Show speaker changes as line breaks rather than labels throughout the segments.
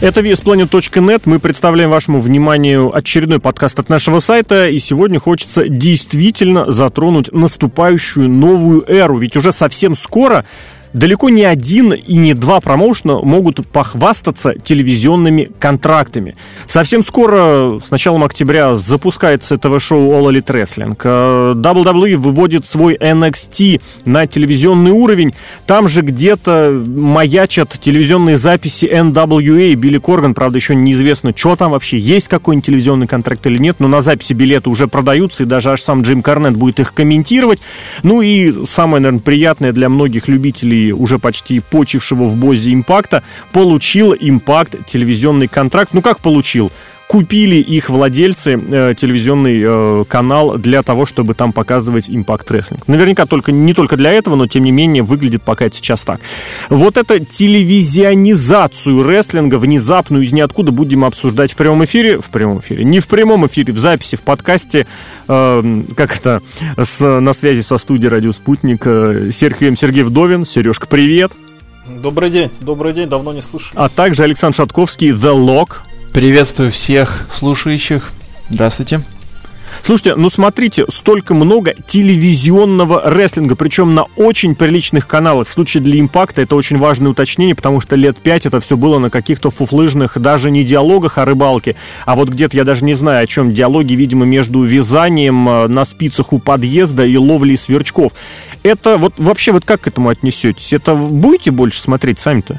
Это VSPlanet.net. Мы представляем вашему вниманию очередной подкаст от нашего сайта. И сегодня хочется действительно затронуть наступающую новую эру. Ведь уже совсем скоро далеко не один и не два промоушена могут похвастаться телевизионными контрактами. Совсем скоро, с началом октября, запускается ТВ-шоу All Elite Wrestling. WWE выводит свой NXT на телевизионный уровень. Там же где-то маячат телевизионные записи NWA. Билли Корган, правда, еще неизвестно, что там вообще, есть какой-нибудь телевизионный контракт или нет, но на записи билеты уже продаются, и даже аж сам Джим Корнет будет их комментировать. Ну и самое, наверное, приятное для многих любителей уже почти почившего в Бозе Импакта, получил Импакт телевизионный контракт. Ну как получил? Купили их владельцы телевизионный канал для того, чтобы там показывать Impact Wrestling. Наверняка не только для этого, но тем не менее выглядит пока это сейчас так. Вот эту телевизионизацию рестлинга внезапную из ниоткуда будем обсуждать в прямом эфире. Не в прямом эфире, в записи, в подкасте. На связи со студией «Радио Спутник» Сергей Вдовин. Сережка, привет.
Добрый день, давно не слышали.
А также Александр Шатковский, The Lock.
Приветствую всех слушающих. Здравствуйте.
Слушайте, ну смотрите, столько много телевизионного рестлинга, причем на очень приличных каналах. В случае для Импакта это очень важное уточнение, потому что лет 5 это все было на каких-то фуфлыжных, даже не диалогах о рыбалке, а вот где-то, я даже не знаю, о чем диалоги, видимо, между вязанием на спицах у подъезда и ловлей сверчков. Это вот вообще вот как к этому отнесетесь? Это будете больше смотреть сами-то?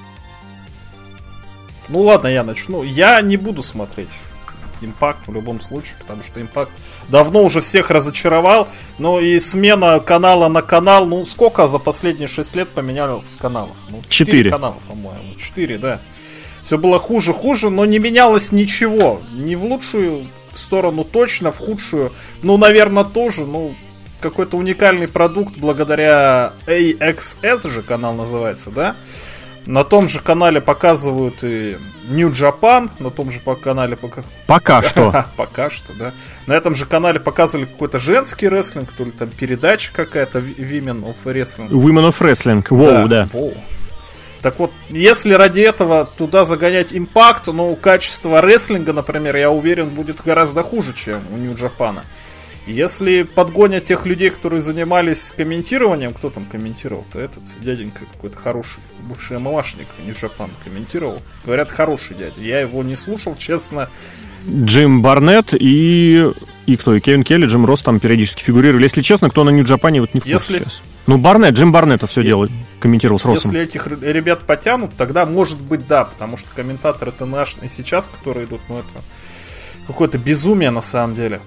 Ну ладно, я начну. Я не буду смотреть Импакт в любом случае, потому что Импакт давно уже всех разочаровал. Ну и смена канала на канал, ну сколько за последние 6 лет поменялось каналов?
4
канала, по-моему. 4, да. Все было хуже, но не менялось ничего. Не в лучшую сторону точно, в худшую. Ну, наверное, тоже, какой-то уникальный продукт благодаря AXS же канал называется, да? На том же канале показывают и New Japan, на том же канале
пока что.
Пока что, да. На этом же канале показывали какой-то женский рестлинг, то ли там передача какая-то Women of Wrestling.
Women of Wrestling, да.
Так вот, если ради этого туда загонять Impact, качество рестлинга, например, я уверен, будет гораздо хуже, чем у New Japan. Если подгонят тех людей, которые занимались комментированием, кто там комментировал-то? Этот дяденька какой-то хороший, бывший ММАшник, New Japan комментировал. Говорят, хороший дядя. Я его не слушал, честно.
Джим Барнетт и кто? И Кевин Келли, Джим Росс там периодически фигурировали. Если честно, кто на New Japan вот не в курсе сейчас. Джим Барнетт это все делает, комментировал с Россом.
Если этих ребят потянут, тогда может быть да, потому что комментаторы ТНАшные сейчас, которые идут, это какое-то безумие на самом деле.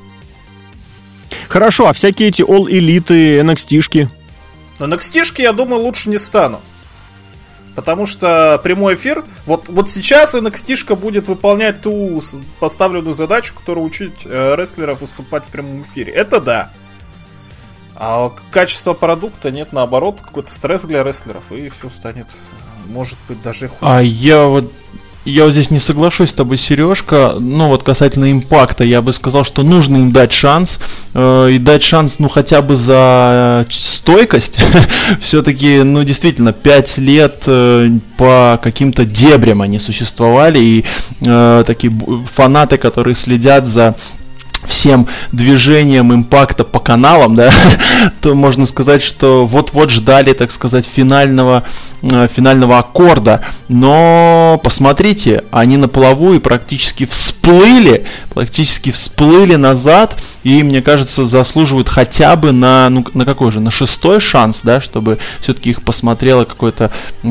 Хорошо, а всякие эти All Elite, NXT-шки?
NXT-шки, я думаю, лучше не станут. Потому что прямой эфир... Вот сейчас NXT-шка будет выполнять ту поставленную задачу, которую учить рестлеров выступать в прямом эфире. Это да. А качество продукта нет, наоборот, какой-то стресс для рестлеров, и все станет, может быть, даже хуже.
Я вот здесь не соглашусь с тобой, Сережка. Касательно Импакта, я бы сказал, что нужно им дать шанс. И дать шанс, хотя бы за стойкость. Все-таки, действительно, 5 лет по каким-то дебрям они существовали. И такие фанаты, которые следят за всем движением Импакта по каналам, да, то можно сказать, что вот-вот ждали, так сказать, финального аккорда. Но посмотрите, они на плаву и практически всплыли назад, и, мне кажется, заслуживают хотя бы на какой же, на 6-й шанс, да, чтобы все-таки их посмотрело какое-то,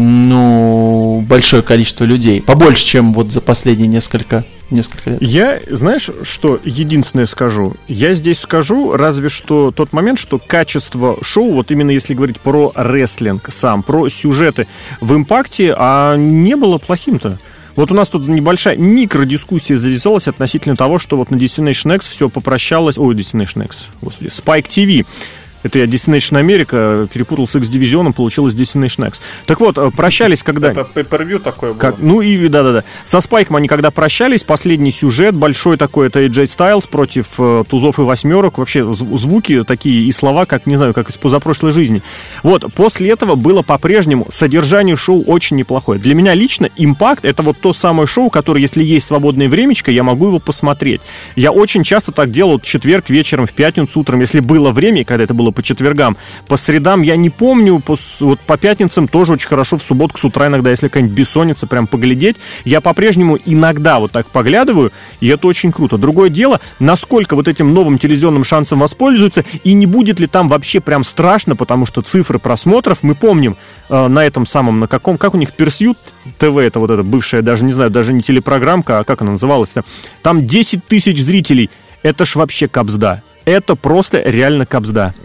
большое количество людей. Побольше, чем вот за последние несколько лет.
Я, знаешь, что единственное скажу? Я здесь скажу разве что тот момент, что качество шоу, вот именно если говорить про рестлинг сам, про сюжеты в Импакте, не было плохим-то. Вот у нас тут небольшая микродискуссия завязалась относительно того, что вот на Destination X все попрощалось... Destination X, господи, Spike TV Это я Destination America перепутал с X-дивизионом, получилось Destination X. Так вот, прощались когда...
Это pay-per-view такое было.
Ну и да-да-да. Со Спайком они когда прощались, последний сюжет большой такой, это AJ Styles против тузов и восьмерок. Вообще звуки такие и слова, как, не знаю, как из позапрошлой жизни. Вот, после этого было по-прежнему содержание шоу очень неплохое. Для меня лично Impact — это вот то самое шоу, которое, если есть свободное времечко, я могу его посмотреть. Я очень часто так делал в четверг вечером, в пятницу утром, если было время, когда это было по четвергам. По средам я не помню, вот по пятницам тоже очень хорошо, в субботу с утра иногда, если какая-нибудь бессонница, прям поглядеть. Я по-прежнему иногда вот так поглядываю, и это очень круто. Другое дело, насколько вот этим новым телевизионным шансом воспользуются, и не будет ли там вообще прям страшно, потому что цифры просмотров, мы помним, на этом самом, на каком, как у них, Pursuit ТВ, это вот эта бывшая, даже не знаю, даже не телепрограммка, а как она называлась-то, там 10 тысяч зрителей, это ж вообще кабзда. Это просто реально кабзда.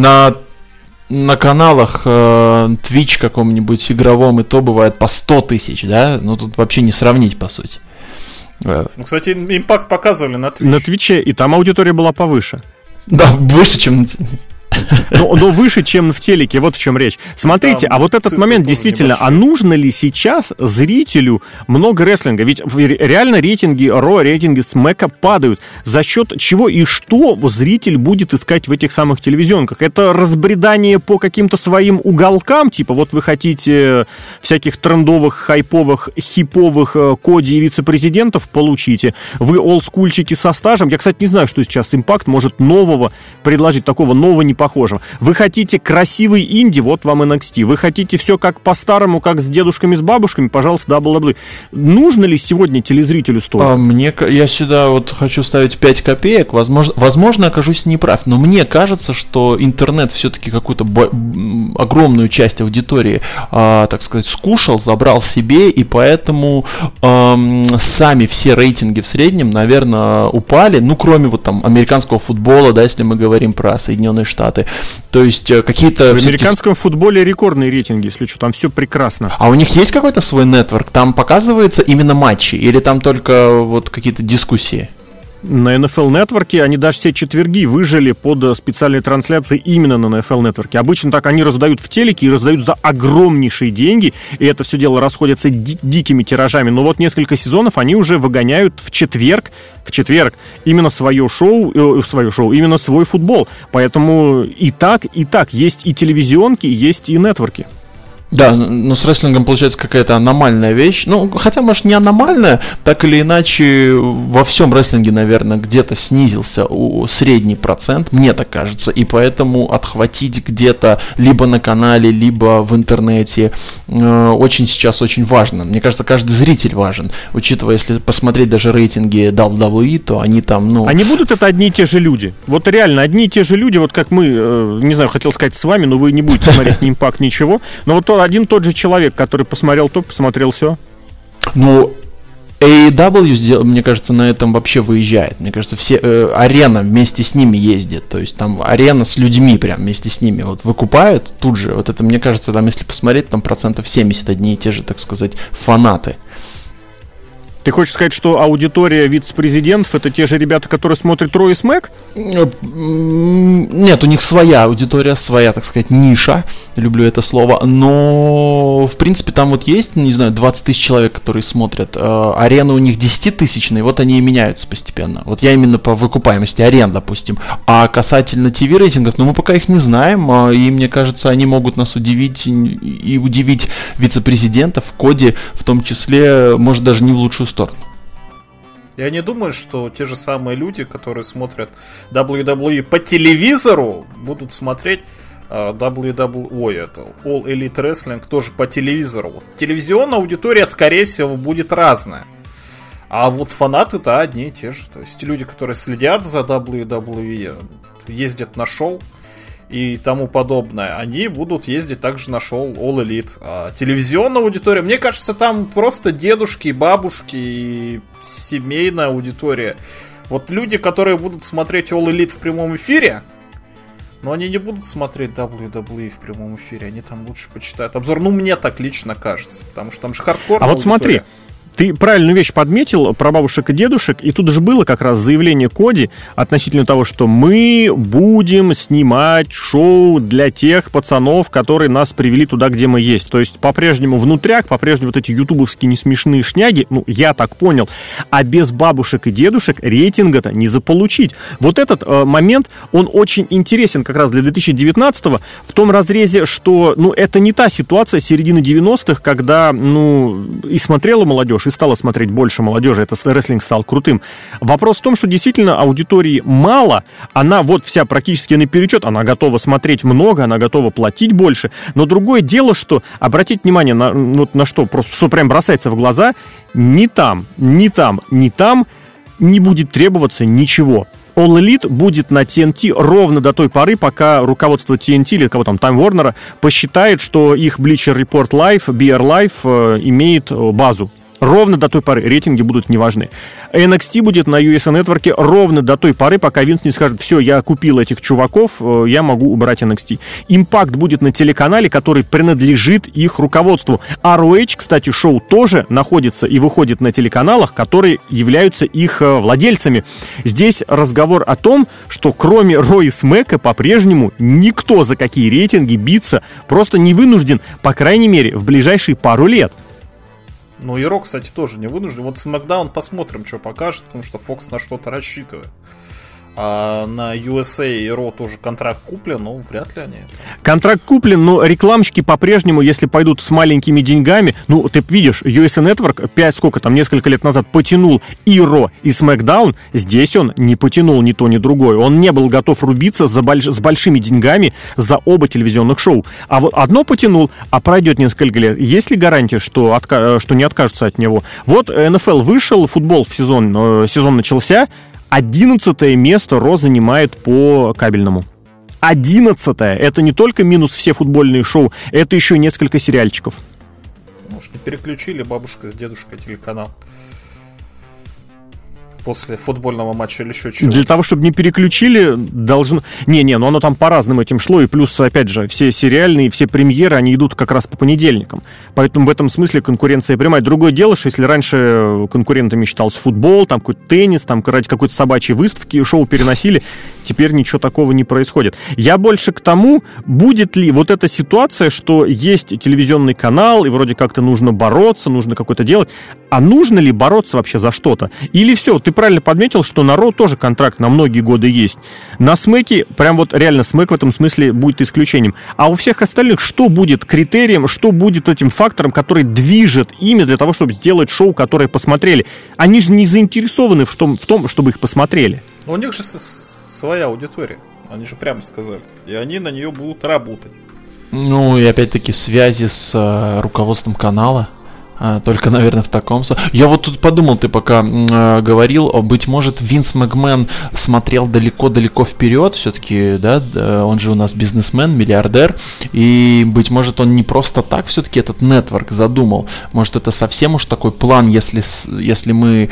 На каналах Twitch каком-нибудь игровом и то бывает по 100 тысяч, да? Ну тут вообще не сравнить, по сути.
Ну, кстати, Impact показывали на Twitch.
На Twitch, и там аудитория была повыше.
Да, выше, чем...
Но выше, чем в телеке, вот в чем речь. Смотрите, а вот этот момент действительно, а нужно ли сейчас зрителю много рестлинга? Ведь реально рейтинги Ро, рейтинги Смэка падают. За счет чего и что зритель будет искать в этих самых телевизионках? Это разбредание по каким-то своим уголкам, типа вот вы хотите всяких трендовых, хайповых, хиповых Коди и вице-президентов, получите. Вы олдскульчики со стажем. Я, кстати, не знаю, что сейчас Impact может нового предложить, такого нового не похожего. Вы хотите красивый инди, вот вам NXT. Вы хотите все как по-старому, как с дедушками, с бабушками, пожалуйста, WWE. Нужно ли сегодня телезрителю столько?
Я сюда вот хочу ставить 5 копеек. Возможно, окажусь неправ, но мне кажется, что интернет все-таки какую-то огромную часть аудитории, так сказать, скушал, забрал себе, и поэтому сами все рейтинги в среднем, наверное, упали. Ну, кроме вот там американского футбола, да, если мы говорим про Соединенные Штаты. То есть какие-то...
В американском футболе рекордные рейтинги, если что, там все прекрасно.
А у них есть какой-то свой нетворк? Там показываются именно матчи? Или там только вот какие-то дискуссии?
На NFL Network они даже все четверги выжили под специальные трансляции именно на NFL Network. Обычно так они раздают в телеке и раздают за огромнейшие деньги, и это все дело расходится дикими тиражами. Но вот несколько сезонов они уже выгоняют в четверг именно свое шоу, именно свой футбол. Поэтому и так, есть и телевизионки, есть и нетворки.
Да, но с рестлингом получается какая-то аномальная вещь. Ну, хотя, может, не аномальная, так или иначе, во всем рестлинге, наверное, где-то снизился средний процент, мне так кажется, и поэтому отхватить где-то либо на канале, либо в интернете очень сейчас очень важно. Мне кажется, каждый зритель важен, учитывая, если посмотреть даже рейтинги WWE, то они там, ну...
Они будут это одни и те же люди. Вот реально, одни и те же люди, вот как мы, не знаю, хотел сказать с вами, но вы не будете смотреть ни Impact, ничего, но вот один тот же человек, который посмотрел то, посмотрел все.
Ну, AEW, мне кажется, на этом вообще выезжает. Мне кажется, все арена вместе с ними ездит. То есть там арена с людьми прям вместе с ними вот выкупают тут же. Вот это, мне кажется, там, если посмотреть, там 70% одни и те же, так сказать, фанаты.
Ты хочешь сказать, что аудитория вице-президентов — это те же ребята, которые смотрят Ро и Смэк?
Нет, у них своя аудитория, своя, так сказать, ниша, люблю это слово, но, в принципе, там вот есть, не знаю, 20 тысяч человек, которые смотрят, арены у них 10-тысячные, вот они и меняются постепенно. Вот я именно по выкупаемости арен, допустим. А касательно ТВ-рейтингов, ну, мы пока их не знаем, и, мне кажется, они могут нас удивить и удивить вице-президентов, Коди, в том числе, может, даже не в лучшую сторону.
Я не думаю, что те же самые люди, которые смотрят WWE по телевизору, будут смотреть это All Elite Wrestling тоже по телевизору. Телевизионная аудитория, скорее всего, будет разная. А вот фанаты-то одни и те же. То есть люди, которые следят за WWE, ездят на шоу и тому подобное, они будут ездить также на шоу All Elite. А телевизионная аудитория, мне кажется, там просто дедушки, бабушки и семейная аудитория. Вот люди, которые будут смотреть All Elite в прямом эфире, но они не будут смотреть WWE в прямом эфире, они там лучше почитают обзор. Ну, мне так лично кажется, потому что там же хардкор.
А вот смотри, Ты правильную вещь подметил про бабушек и дедушек, и тут же было как раз заявление Коди относительно того, что мы будем снимать шоу для тех пацанов, которые нас привели туда, где мы есть. То есть по-прежнему внутряк, по-прежнему вот эти ютубовские несмешные шняги, ну, я так понял, а без бабушек и дедушек рейтинга-то не заполучить. Вот этот момент, он очень интересен как раз для 2019-го в том разрезе, что, ну, это не та ситуация середины 90-х, когда, ну, и смотрела молодежь, и стала смотреть больше молодежи, это рестлинг стал крутым. Вопрос в том, что действительно аудитории мало, она вот вся практически наперечет, она готова смотреть много, она готова платить больше, но другое дело, что обратить внимание на что, просто что прям бросается в глаза, ни там не будет требоваться ничего. All Elite будет на TNT ровно до той поры, пока руководство TNT или кого там, Time Warner, посчитает, что их Bleacher Report Live, BR Live имеет базу. Ровно до той поры рейтинги будут неважны. NXT будет на USA Network ровно до той поры, пока Винс не скажет: все, я купил этих чуваков, я могу убрать NXT. Impact будет на телеканале, который принадлежит их руководству. ROH, кстати, шоу тоже находится и выходит на телеканалах, которые являются их владельцами. Здесь разговор о том, что кроме Ро и Смэка по-прежнему никто за какие рейтинги биться просто не вынужден, по крайней мере, в ближайшие пару лет.
Ну и Ро, кстати, тоже не вынужден. Вот SmackDown посмотрим, что покажет, потому что Fox на что-то рассчитывает. А на USA и Ро тоже контракт куплен, но вряд ли они это.
Контракт куплен, но рекламщики по-прежнему, если пойдут с маленькими деньгами, ну, ты видишь, USA Network несколько лет назад потянул и Ро, и SmackDown, здесь он не потянул ни то, ни другое. Он не был готов рубиться с большими деньгами за оба телевизионных шоу. А вот одно потянул, а пройдет несколько лет. Есть ли гарантия, что не откажутся от него? Вот НФЛ вышел, футбол в сезон начался, 11 место Ро занимает по кабельному. 11-е. Это не только минус все футбольные шоу, это еще несколько сериальчиков.
Может, не переключили бабушка с дедушкой телеканал после футбольного матча или еще чего-то?
Для того, чтобы не переключили, должно... но оно там по-разному этим шло, и плюс, опять же, все сериальные, все премьеры, они идут как раз по понедельникам. Поэтому в этом смысле конкуренция прямая. Другое дело, что если раньше конкурентами считался футбол, там какой-то теннис, там ради какой-то собачьей выставки шоу переносили, теперь ничего такого не происходит. Я больше к тому, будет ли вот эта ситуация, что есть телевизионный канал, и вроде как-то нужно бороться, нужно какое-то делать, а нужно ли бороться вообще за что-то? Или все, ты правильно подметил, что на Ро тоже контракт на многие годы есть. На Смэке, прям вот реально Смэк в этом смысле будет исключением. А у всех остальных что будет критерием, что будет этим фактором, который движет ими для того, чтобы сделать шоу, которое посмотрели? Они же не заинтересованы в том, чтобы их посмотрели.
У них же своя аудитория. Они же прямо сказали. И они на нее будут работать.
Ну и опять-таки связи с руководством канала. Только, наверное, в таком... Я вот тут подумал, ты пока говорил, быть может, Винс Макмен смотрел далеко-далеко вперед, все-таки, да, он же у нас бизнесмен, миллиардер, и, быть может, он не просто так все-таки этот нетворк задумал. Может, это совсем уж такой план, если мы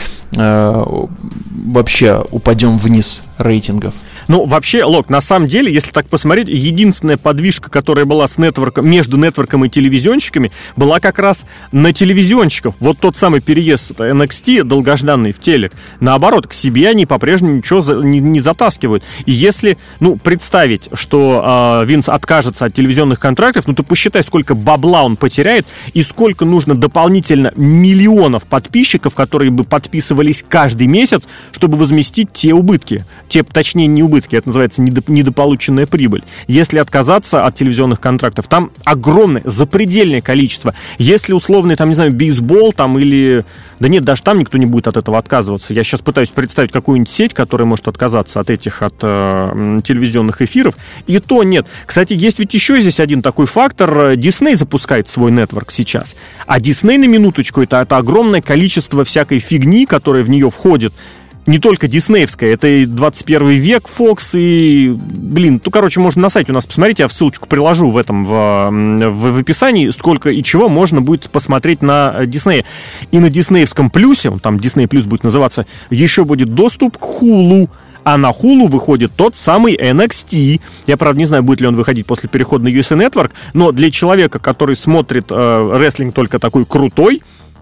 вообще упадем вниз рейтингов.
Ну, вообще, Лок, на самом деле, если так посмотреть, единственная подвижка, которая была с нетворком, между нетворком и телевизионщиками, была как раз на телевизионщиков. Вот тот самый переезд NXT, долгожданный в телек. Наоборот, к себе они по-прежнему ничего не затаскивают. И если, представить, что Винс откажется от телевизионных контрактов, ты посчитай, сколько бабла он потеряет и сколько нужно дополнительно миллионов подписчиков, которые бы подписывались каждый месяц, чтобы возместить те убытки. Точнее, не убытки. Это называется недополученная прибыль. Если отказаться от телевизионных контрактов, там огромное, запредельное количество. Если условный, бейсбол, или... Да нет, даже там никто не будет от этого отказываться. Я сейчас пытаюсь представить какую-нибудь сеть, которая может отказаться от телевизионных эфиров. И то нет. Кстати, есть ведь еще здесь один такой фактор. Disney запускает свой нетворк сейчас. А Disney, на минуточку, это огромное количество всякой фигни, которая в нее входит. Не только диснеевская, это и 21 век, Fox, и, можно на сайте у нас посмотреть, я ссылочку приложу в описании, сколько и чего можно будет посмотреть на Диснее. И на диснеевском плюсе, там Disney Plus будет называться, еще будет доступ к Hulu. А на Hulu выходит тот самый NXT. Я, правда, не знаю, будет ли он выходить после перехода на USA Network, но для человека, который смотрит рестлинг только такой крутой,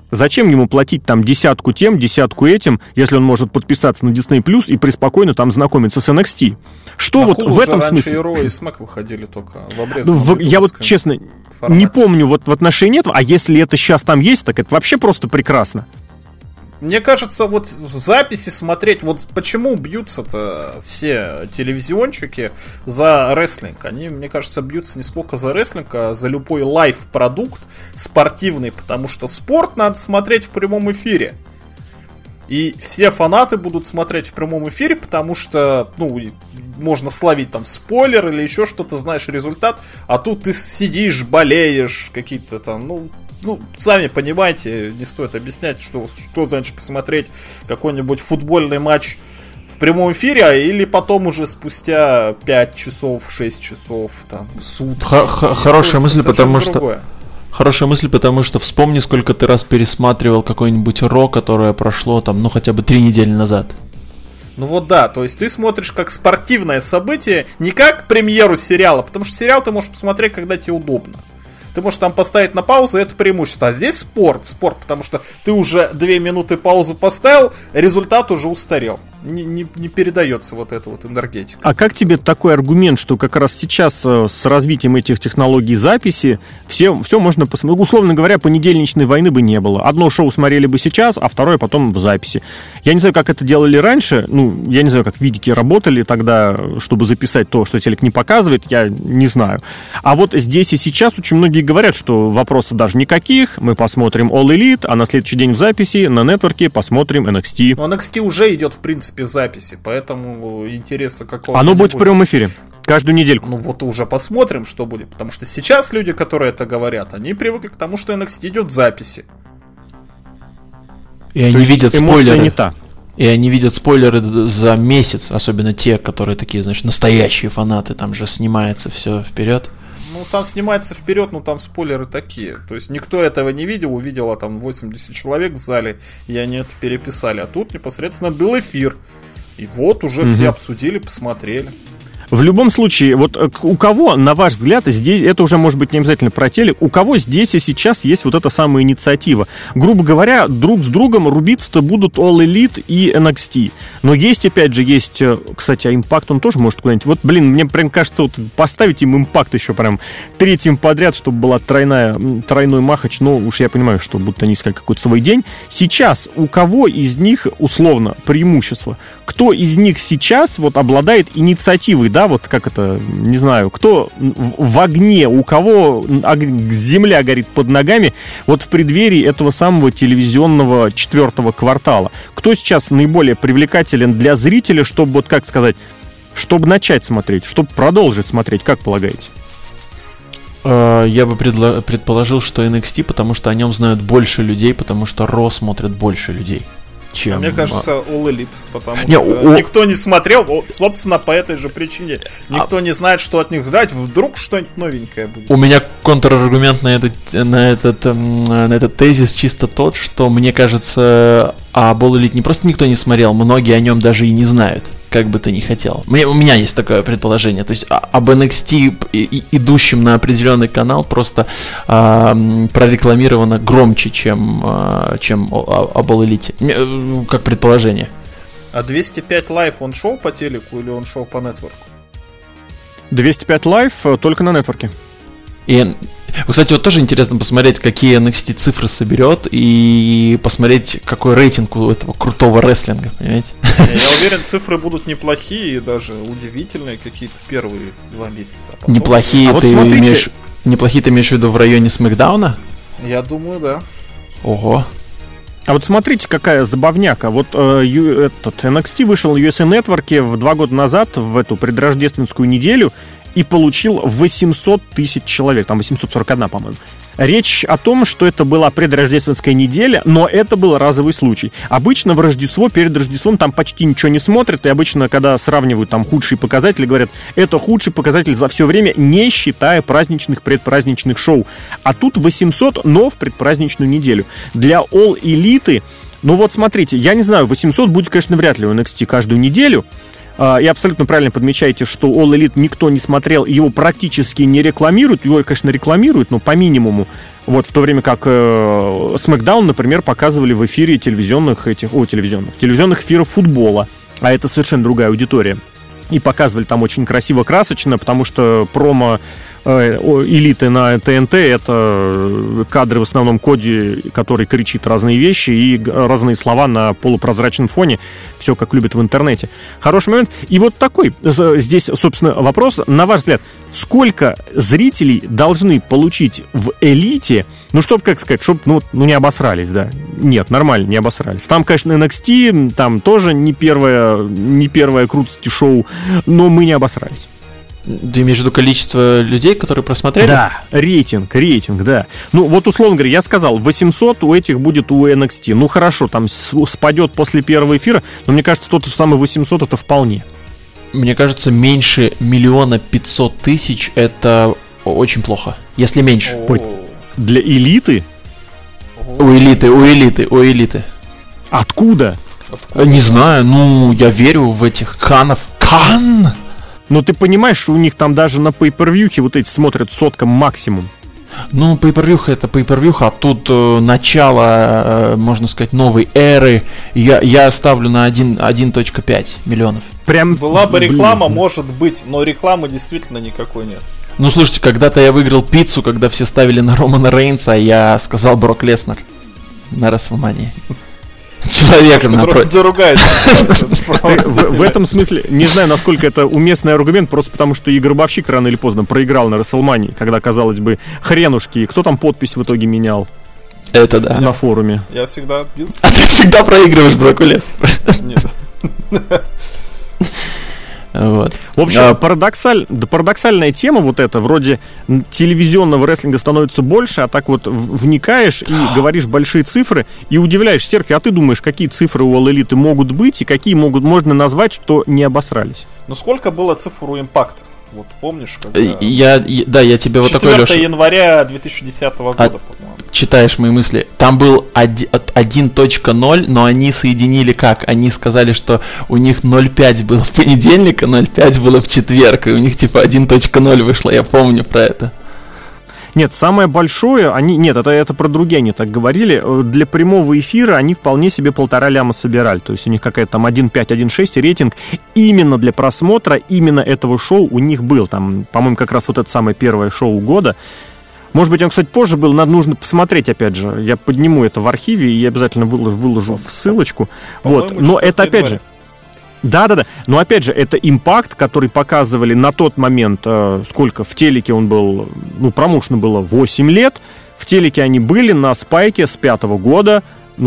Зачем ему платить там десятку тем, десятку этим, если он может подписаться на Disney Plus и преспокойно там знакомиться с NXT? Что вот в этом смысле?
Раньше Raw и Smack выходили только в обрезанном
я вот честно формате. Не помню вот в отношении этого, а если это сейчас там есть, так это вообще просто прекрасно.
Мне кажется, вот в записи смотреть, вот почему бьются-то все телевизионщики за рестлинг. Они, мне кажется, бьются не сколько за рестлинг, а за любой лайв-продукт спортивный, потому что спорт надо смотреть в прямом эфире. И все фанаты будут смотреть в прямом эфире, потому что, ну, можно словить там спойлер или еще что-то, знаешь результат, а тут ты сидишь, болеешь, какие-то там, ну, сами понимаете, не стоит объяснять, что значит посмотреть какой-нибудь футбольный матч в прямом эфире, или потом уже спустя 5 часов, 6 часов, там, сутки.
Хорошая мысль, потому что... Хорошая мысль, потому что вспомни, сколько ты раз пересматривал какой-нибудь Ро, которое прошло там, ну, хотя бы 3 недели назад.
Ну вот да, то есть ты смотришь как спортивное событие, не как премьеру сериала, потому что сериал ты можешь посмотреть, когда тебе удобно. Ты можешь там поставить на паузу, это преимущество. А здесь спорт, потому что ты уже 2 минуты паузу поставил, результат уже устарел. Не передается вот эта вот энергетика.
А как тебе такой аргумент, что как раз сейчас с развитием этих технологий записи все можно посмотреть? Условно говоря, понедельничной войны бы не было. Одно шоу смотрели бы сейчас, а второе потом в записи. Я не знаю, как это делали раньше. Ну, я не знаю, как видики работали тогда, чтобы записать то, что телек не показывает. Я не знаю. А вот здесь и сейчас очень многие говорят, что вопросов даже никаких. Мы посмотрим All Elite, а на следующий день в записи на нетворке посмотрим NXT.
Но NXT уже идет, в принципе, в записи, поэтому интереса какого-то.
Оно будет в прямом эфире каждую недельку.
Ну вот уже посмотрим, что будет, потому что сейчас люди, которые это говорят, они привыкли к тому, что NXT идет в записи.
И они видят спойлеры. Не та. И они видят спойлеры за месяц, особенно те, которые такие, значит, настоящие фанаты, там же снимается все вперед.
Ну, там снимается вперед, но там спойлеры такие. То есть никто этого не видел, увидела там 80 человек в зале, и они это переписали. А тут непосредственно был эфир. И вот уже все обсудили, посмотрели.
В любом случае, вот у кого, на ваш взгляд, здесь, это уже может быть не обязательно про телек, у кого здесь и сейчас есть вот эта самая инициатива? Грубо говоря, друг с другом рубиться-то будут All Elite и NXT. Но есть, опять же, кстати, а Impact он тоже может куда-нибудь... Вот, блин, мне прям кажется, вот поставить им Impact еще прям третьим подряд, чтобы была тройной махач, но уж я понимаю, что будут они искать какой-то свой день. Сейчас у кого из них, условно, преимущество? Кто из них сейчас вот обладает инициативой, да, вот как это, не знаю, кто в огне, у кого земля горит под ногами, вот в преддверии этого самого телевизионного 4-го квартала. Кто сейчас наиболее привлекателен для зрителя, чтобы, вот как сказать, чтобы начать смотреть, чтобы продолжить смотреть, как полагаете?
Я бы предположил, что NXT, потому что о нем знают больше людей, потому что Raw смотрят больше людей. Чем...
Мне кажется, All Elite, потому что никто не смотрел, собственно, по этой же причине. Никто не знает, что от них ждать, вдруг что-нибудь новенькое будет.
У меня контраргумент на этот тезис чисто тот, что, мне кажется, об All Elite не просто никто не смотрел, многие о нем даже и не знают, как бы ты ни хотел. У меня есть такое предположение, то есть об NXT, идущем на определенный канал, просто прорекламировано громче, чем об All Elite, как предположение.
А 205 Live он шел по телеку или он шел по нетворку?
205 Live только на нетворке.
И, кстати, вот тоже интересно посмотреть, какие NXT цифры соберет, и посмотреть, какой рейтинг у этого крутого рестлинга, понимаете?
Я уверен, цифры будут неплохие, даже удивительные какие-то первые 2 месяца. Потом...
Неплохие, неплохие ты имеешь в виду в районе Смэкдауна?
Я думаю, да.
Ого.
А вот смотрите, какая забавняка. Вот NXT вышел на USA Network 2 года назад, в эту предрождественскую неделю, и получил 800 тысяч человек, там 841, по-моему. Речь о том, что это была предрождественская неделя, но это был разовый случай. Обычно в Рождество, перед Рождеством там почти ничего не смотрят, и обычно, когда сравнивают там худшие показатели, говорят, это худший показатель за все время, не считая праздничных, предпраздничных шоу. А тут 800, но в предпраздничную неделю. Для All Elite, ну вот смотрите, я не знаю, 800 будет, конечно, вряд ли у NXT каждую неделю. И абсолютно правильно подмечаете, что All Elite никто не смотрел, его практически не рекламируют, его, конечно, рекламируют, но по минимуму. Вот, в то время как SmackDown, например, показывали в эфире телевизионных эфиров футбола, а это совершенно другая аудитория. И показывали там очень красиво, красочно, потому что промо элиты на ТНТ — это кадры в основном Коди, который кричит разные вещи и разные слова на полупрозрачном фоне. Все как любят в интернете. Хороший момент. И вот такой здесь, собственно, вопрос. На ваш взгляд, сколько зрителей должны получить в элите, ну, чтобы, как сказать, чтобы, ну, не обосрались, да? Нет, нормально, не обосрались. Там, конечно, NXT, там тоже не первое крутости шоу, но мы не обосрались.
Ты имеешь в виду количество людей, которые просмотрели?
Да, рейтинг, да. Ну, вот, условно говоря, я сказал, 800 у этих будет у NXT. Ну, хорошо, там спадет после первого эфира, но мне кажется, тот же самый 800 это вполне.
Мне кажется, меньше 1 500 000 это очень плохо. Если меньше.
Для элиты?
У элиты.
Откуда?
Не знаю, ну, я верю в этих канов. Кан!
Но ты понимаешь, что у них там даже на пейпервьюхе вот эти смотрят соткам максимум.
Ну, пейпервьюха это пейпервьюха, а тут начало, можно сказать, новой эры. Я ставлю на 1.5 миллионов.
Прям была бы реклама, может быть, но рекламы действительно никакой нет.
Ну, слушайте, когда-то я выиграл пиццу, когда все ставили на Романа Рейнса, а я сказал Брок Леснер на Расселмании. Человеком напротив.
В этом смысле, не знаю, насколько это уместный аргумент, просто потому что Игорь Гробовщик рано или поздно проиграл на Расселмании, когда, казалось бы, хренушки. Кто там подпись в итоге менял?
Это да.
На форуме.
Я всегда отбился.
А ты всегда проигрываешь Броку Леснеру.
Нет.
Вот. В общем, парадоксальная тема вот эта, вроде телевизионного рестлинга становится больше, а так вот вникаешь и говоришь большие цифры и удивляешься. Серхио, а ты думаешь, какие цифры у All Elite могут быть и какие можно назвать, что не обосрались?
Ну сколько было цифр у Импакта? Вот помнишь, когда...
Я тебе вот такой, Леша...
4 января 2010 года, по-моему.
Читаешь мои мысли. Там был 1.0, но они соединили как? Они сказали, что у них 0.5 было в понедельник, а 0.5 было в четверг, и у них типа 1.0 вышло, я помню про это.
Нет, самое большое, это про другие они так говорили, для прямого эфира они вполне себе 1,5 ляма собирали, то есть у них какая-то там 1.5, 1.6 рейтинг именно для просмотра, именно этого шоу у них был, там, по-моему, как раз вот это самое первое шоу года. Может быть, он, кстати, позже был, нужно посмотреть, опять же, я подниму это в архиве и обязательно выложу в ссылочку, вот, но это опять же... Да. Но опять же, это импакт, который показывали на тот момент, сколько в телеке он был, промоушену было 8 лет. В телеке они были на Спайке с 5-го года.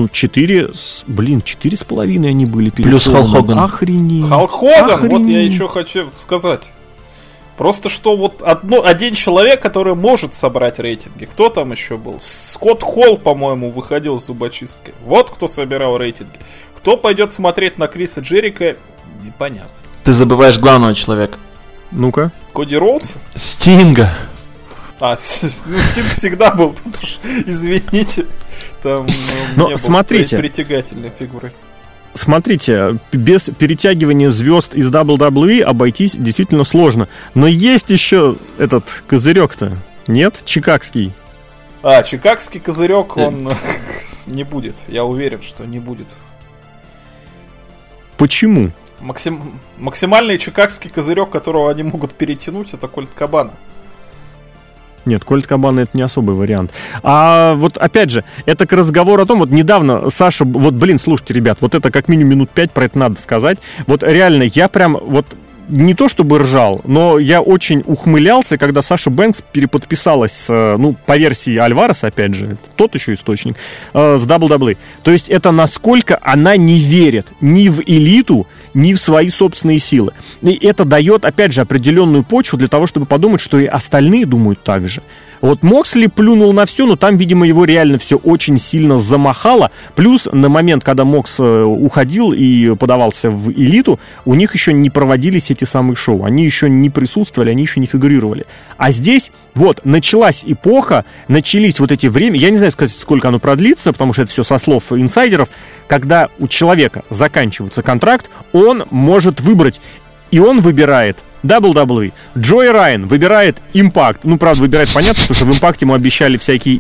4,5 они были.
Плюс Халк Хоган.
Охренеть.
Халк Хоган, вот я еще хочу сказать. Просто что вот один человек, который может собрать рейтинги. Кто там еще был? Скотт Холл, по-моему, выходил с зубочисткой. Вот кто собирал рейтинги. Кто пойдет смотреть на Криса Джерика, непонятно.
Ты забываешь главного человека.
Ну-ка.
Коди Роудс?
Стинга.
Стинг всегда был тут уж, извините. Там не
смотрите.
Был притягательной фигурой.
Смотрите, без перетягивания звезд из WWE обойтись действительно сложно. Но есть еще этот козырек-то, нет? Чикагский.
Чикагский козырек, он не будет. Я уверен, что не будет.
Почему?
Максимальный чикагский козырек, которого они могут перетянуть, это Кольт Кабана.
Нет, Кольт Кабана это не особый вариант. А вот опять же, это к разговору о том, вот недавно Саша, слушайте, ребят, вот это как минимум минут 5 про это надо сказать. Вот реально, я прям вот не то чтобы ржал, но я очень ухмылялся, когда Саша Бэнкс переподписалась, по версии Альвареса, опять же, тот еще источник, с WWE. То есть это насколько она не верит ни в элиту, ни в свои собственные силы. И это дает, опять же, определенную почву для того, чтобы подумать, что и остальные думают так же. Вот Моксли плюнул на все, но там, видимо, его реально все очень сильно замахало. Плюс на момент, когда Мокс уходил и подавался в элиту, у них еще не проводились эти самые шоу. Они еще не присутствовали, они еще не фигурировали. А здесь вот началась эпоха, начались вот эти время. Я не знаю сказать, сколько оно продлится, потому что это все со слов инсайдеров. Когда у человека заканчивается контракт, он может выбрать. И он выбирает WWE. Джои Райан выбирает Impact. Ну, правда, выбирает понятно, потому что в Impact ему обещали всякие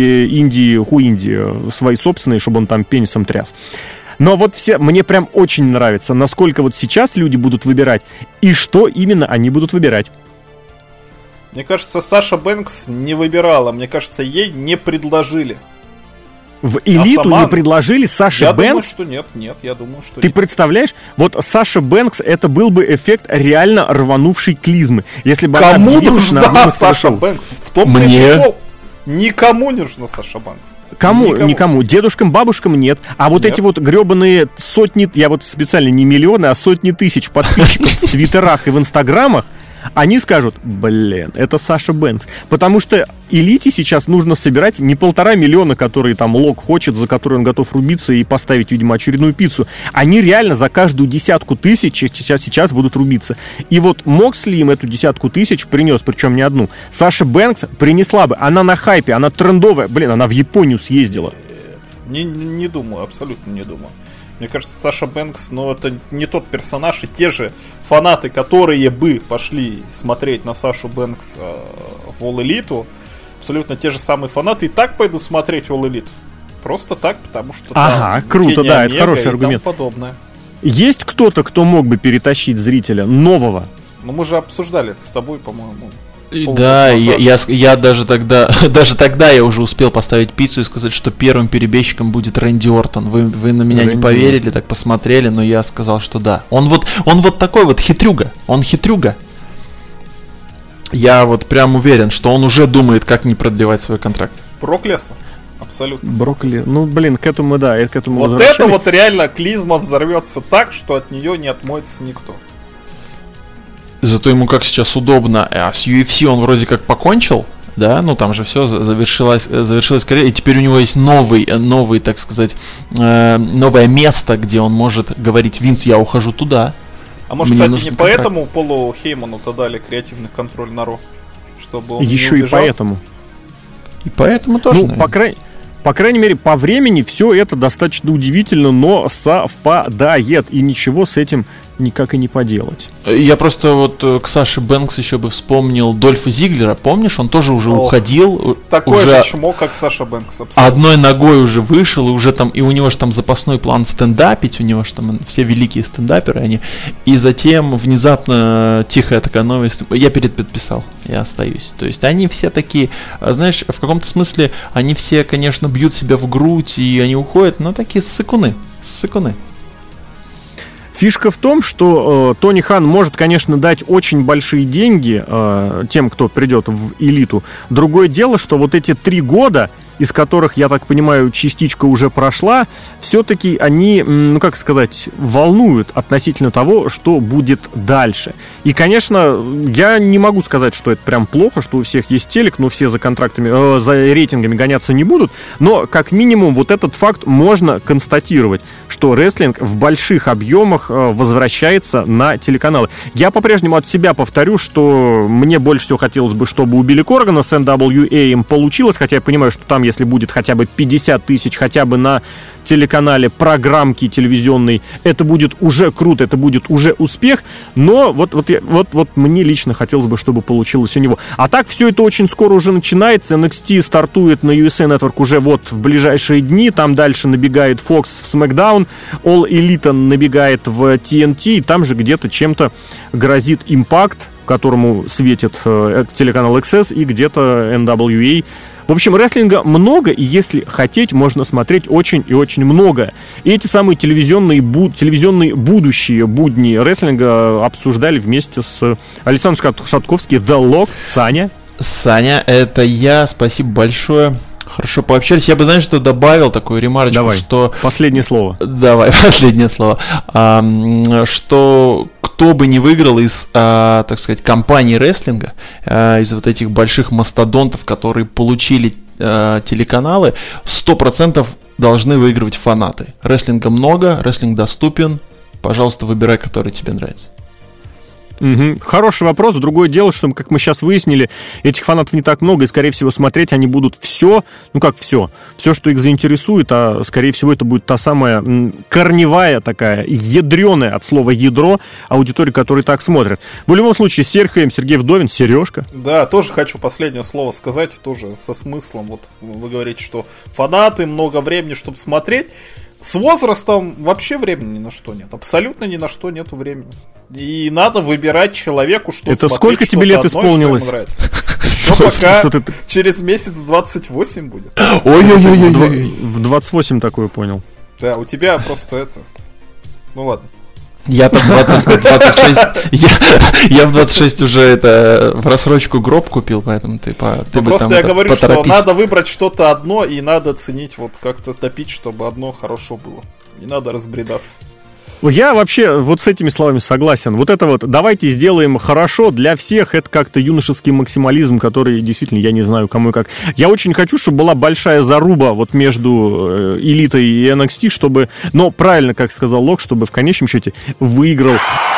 инди свои собственные, чтобы он там пенисом тряс. Но вот мне прям очень нравится, насколько вот сейчас люди будут выбирать и что именно они будут выбирать.
Мне кажется, Саша Бэнкс не выбирала. Мне кажется, ей не предложили.
В элиту не предложили Саше Бэнкс?
Я думаю, что нет, я думаю, что
Ты представляешь, вот Саша Бэнкс, это был бы эффект реально рванувшей клизмы. Если бы
кому нужна Саша Бэнкс? В том-то и прикол. Никому не нужна Саша Бэнкс.
Кому? Никому. Дедушкам, бабушкам нет. А вот эти вот гребаные сотни, я вот специально не миллионы, а сотни тысяч подписчиков в твиттерах и в инстаграмах, они скажут, блин, это Саша Бэнкс. Потому что элите сейчас нужно собирать не 1,5 миллиона, которые там Лок хочет, за которые он готов рубиться и поставить, видимо, очередную пиццу. Они реально за каждую 10 тысяч сейчас будут рубиться. И вот Моксли им эту 10 тысяч принес, причем не одну. Саша Бэнкс принесла бы, она на хайпе, она трендовая. Блин, она в Японию съездила.
Не думаю, абсолютно не думаю. Мне кажется, Саша Бэнкс, это не тот персонаж, и те же фанаты, которые бы пошли смотреть на Сашу Бэнкс в All Elite, абсолютно те же самые фанаты и так пойдут смотреть All Elite. Просто так, потому что
там круто, да, это хороший аргумент.
Подобное.
Есть кто-то, кто мог бы перетащить зрителя нового?
Мы же обсуждали это с тобой, по-моему.
Да, я даже тогда я уже успел поставить пиццу и сказать, что первым перебежчиком будет Рэнди Ортон. Вы на меня не поверили, так посмотрели, но я сказал, что да. Он вот такой вот хитрюга. Он хитрюга. Я вот прям уверен, что он уже думает, как не продлевать свой контракт.
Брок Леснар. Абсолютно.
К этому, да, к этому
вот это вот реально клизма взорвется так, что от нее не отмоется никто.
Зато ему как сейчас удобно. А с UFC он вроде как покончил, да? Ну там же все завершилась карьера, и теперь у него есть новый, так сказать, новое место, где он может говорить: Винс, я ухожу туда.
А может, кстати, не поэтому Полу Хейману-то дали креативный контроль на Ро? Чтобы он
еще
не убежал?
И поэтому.
И поэтому тоже.
По крайней мере, по времени все это достаточно удивительно, но совпадает. И ничего с этим никак и не поделать.
Я просто вот к Саше Бэнкс еще бы вспомнил Дольфа Зиглера. Помнишь, он тоже уже уходил.
Такой же чмо, как Саша Бэнкс. Абсолютно.
Одной ногой уже вышел, и уже там, и у него же там запасной план стендапить, у него же там все великие стендаперы они. И затем внезапно тихая такая новость: я переподписал, я остаюсь. То есть они все такие, знаешь, в каком-то смысле они все, конечно, бьют себя в грудь и они уходят, но такие ссыкуны.
Фишка в том, что Тони Хан может, конечно, дать очень большие деньги тем, кто придет в элиту. Другое дело, что вот эти 3 года, из которых, я так понимаю, частичка уже прошла, все-таки они, волнуют относительно того, что будет дальше. И, конечно, я не могу сказать, что это прям плохо, что у всех есть телек, но все за контрактами, за рейтингами гоняться не будут. Но, как минимум, вот этот факт можно констатировать, что рестлинг в больших объемах возвращается на телеканалы. Я по-прежнему от себя повторю, что мне больше всего хотелось бы, чтобы у Билли Коргана с NWA им получилось, хотя я понимаю, что там, если будет хотя бы 50 тысяч, хотя бы на телеканале программки телевизионной, это будет уже круто, это будет уже успех, но вот мне лично хотелось бы, чтобы получилось у него. А так все это очень скоро уже начинается. NXT стартует на USA Network уже вот в ближайшие дни, там дальше набегает Fox в SmackDown, All Elite набегает в TNT, и там же где-то чем-то грозит Impact, которому светит телеканал XS, и где-то NWA. В общем, рестлинга много, и если хотеть, можно смотреть очень и очень много. И эти самые телевизионные будущие будни рестлинга обсуждали вместе с Александром Шатковским, The Lock. Саня,
это я, спасибо большое. Хорошо пообщались. Я бы, знаешь, что добавил такую ремарочку,
Давай,
что...
последнее слово.
Давай, последнее слово. Что кто бы не выиграл из, так сказать, компаний рестлинга, из вот этих больших мастодонтов, которые получили телеканалы, 100% должны выигрывать фанаты. Рестлинга много, рестлинг доступен. Пожалуйста, выбирай, который тебе нравится.
Угу. Хороший вопрос. Другое дело, что, как мы сейчас выяснили, этих фанатов не так много, и, скорее всего, смотреть они будут все, все, что их заинтересует, а, скорее всего, это будет та самая корневая такая, ядреная от слова ядро аудитория, которая так смотрит. В любом случае, Сергей Вдовин, Сережка.
Да, тоже хочу последнее слово сказать, тоже со смыслом. Вот вы говорите, что фанаты, много времени, чтобы смотреть. С возрастом вообще времени ни на что нет. Абсолютно ни на что нету времени. И надо выбирать человеку, что
это
смотреть.
Сколько тебе лет
одно,
исполнилось?
Что ему нравится. Но пока через месяц 28 будет.
Ой-ой-ой.
В 28 такое понял.
Да, у тебя просто это... Ну ладно.
Я-то в 26, я в 26 уже это в рассрочку гроб купил, поэтому ты
просто я говорю, что надо выбрать что-то одно и надо ценить, вот как-то топить, чтобы одно хорошо было. Не надо разбредаться.
Я вообще вот с этими словами согласен. Вот это вот «давайте сделаем хорошо для всех» — это как-то юношеский максимализм, который действительно, я не знаю, кому и как. Я очень хочу, чтобы была большая заруба вот между элитой и NXT, чтобы, но правильно, как сказал Лок, чтобы в конечном счете выиграл